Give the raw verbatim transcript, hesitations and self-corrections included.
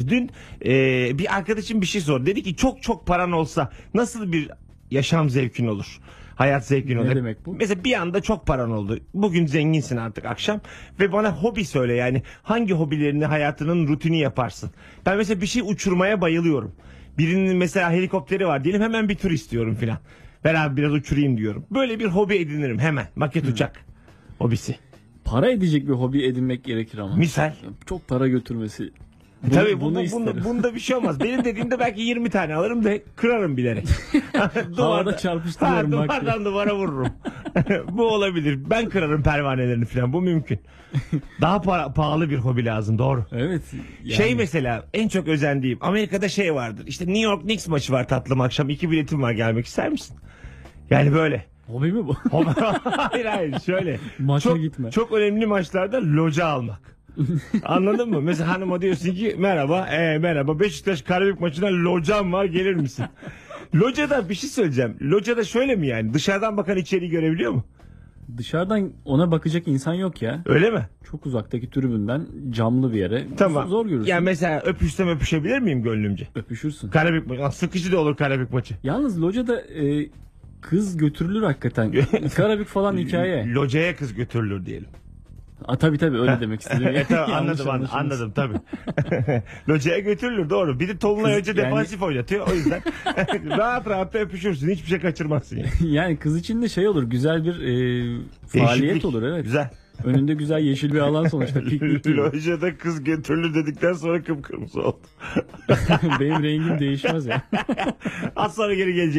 Dün e, bir arkadaşım bir şey sordu. Dedi ki çok çok paran olsa nasıl bir yaşam zevkin olur? Hayat zevkin olur. Ne demek bu? Mesela bir anda çok paran oldu. Bugün zenginsin artık akşam. Ve bana hobi söyle yani. Hangi hobilerini hayatının rutini yaparsın? Ben mesela bir şey uçurmaya bayılıyorum. Birinin mesela helikopteri var diyelim, hemen bir tur istiyorum filan. Beraber biraz uçurayım diyorum. Böyle bir hobi edinirim hemen. Maket Hmm. uçak hobisi. Para edecek bir hobi edinmek gerekir ama. Misal. Çok para götürmesi. Bu, Tabii bunu bunda, isterim. bunda, bunda bir şey olmaz. Benim dediğimde belki yirmi tane alırım da kırarım bilerek. Havada çarpıştırıyorum. Ha, duvardan duvara vururum. Bu olabilir. Ben kırarım pervanelerini falan. Bu mümkün. Daha para, pahalı bir hobi lazım. Doğru. Evet. Yani. Şey mesela en çok özendiğim Amerika'da şey vardır. İşte New York Knicks maçı var tatlım, akşam iki biletim var, gelmek ister misin? Yani böyle. Hobi mi bu? Hayır hayır şöyle. Maça çok, gitme. Çok önemli maçlarda loca almak. Anladın mı? Mesela hanıma diyorsun ki merhaba, ee, merhaba Beşiktaş Karabük maçına locam var, gelir misin? Locada bir şey söyleyeceğim. Locada şöyle mi yani? Dışarıdan bakan içeriği görebiliyor mu? Dışarıdan ona bakacak insan yok ya. Öyle mi? Çok uzaktaki tribünden camlı bir yere. Tamam. Zor görürsün. Yani mesela öpüşsem öpüşebilir miyim gönlümce? Öpüşürsün. Karabük maçı. Sıkıcı da olur Karabük maçı. Yalnız locada e, kız götürülür hakikaten. Karabük falan hikaye. Locaya kız götürülür diyelim. A, tabii tabii öyle demek istedim. E, tamam, Yanlış anladım an- anlaşılmasın. anladım tabii. Locaya götürülür, doğru. Bir de Tolunay Kız- Hoca yani- defansif oynatıyor, o yüzden rahat rahat da öpüşürsün, hiçbir şey kaçırmazsın yani. Yani kız için de şey olur, güzel bir e, faaliyet Değişiklik. olur, evet. Güzel. Önünde güzel yeşil bir alan sonuçta. Piknik gibi. Lojada kız götürülür dedikten sonra kıpkırmızı oldu. Benim rengim değişmez ya. Az sonra geri geleceğiz.